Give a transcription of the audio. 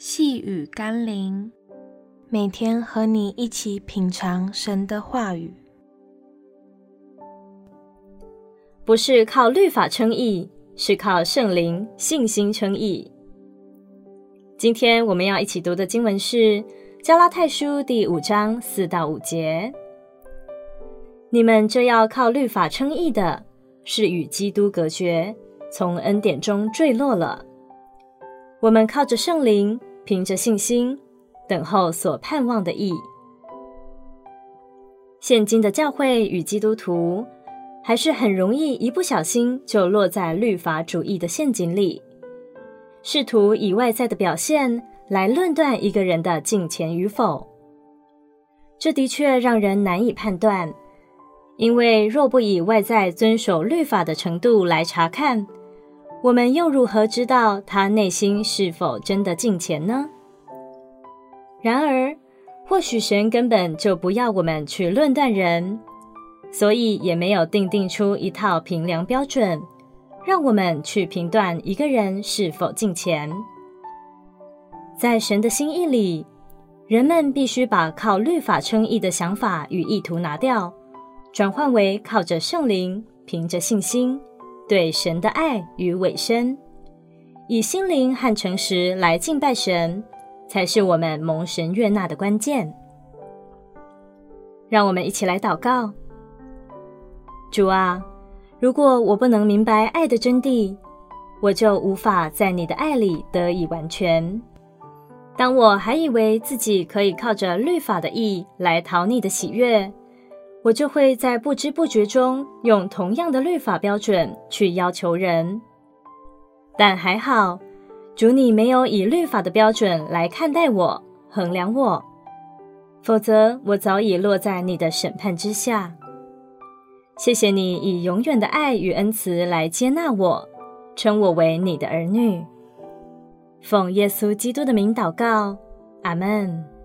细雨甘霖，每天和你一起品尝神的话语。 不是靠律法称义，是靠圣灵信心称义。今天我们要一起读的经文是加拉太书第5章4到5节。你们这要靠律法称义的，是与基督隔绝，从恩典中坠落了。我们靠着圣灵，凭着信心，等候所盼望的义。现今的教会与基督徒，还是很容易一不小心就落在律法主义的陷阱里，试图以外在的表现来论断一个人的敬虔与否。这的确让人难以判断，因为若不以外在遵守律法的程度来查看，我们又如何知道他内心是否真的敬虔呢？然而，或许神根本就不要我们去论断人，所以也没有定出一套评量标准，让我们去评断一个人是否敬虔。在神的心意里，人们必须把靠律法称义的想法与意图拿掉，转换为靠着圣灵，凭着信心，对神的爱与委身，以心灵和诚实来敬拜神，才是我们蒙神悦纳的关键。让我们一起来祷告。主啊，如果我不能明白爱的真谛，我就无法在你的爱里得以完全。当我还以为自己可以靠着律法的义来讨你的喜悦，我就会在不知不觉中用同样的律法标准去要求人。但还好，主你没有以律法的标准来看待我，衡量我，否则我早已落在你的审判之下。谢谢你以永远的爱与恩慈来接纳我，称我为你的儿女。奉耶稣基督的名祷告，阿们。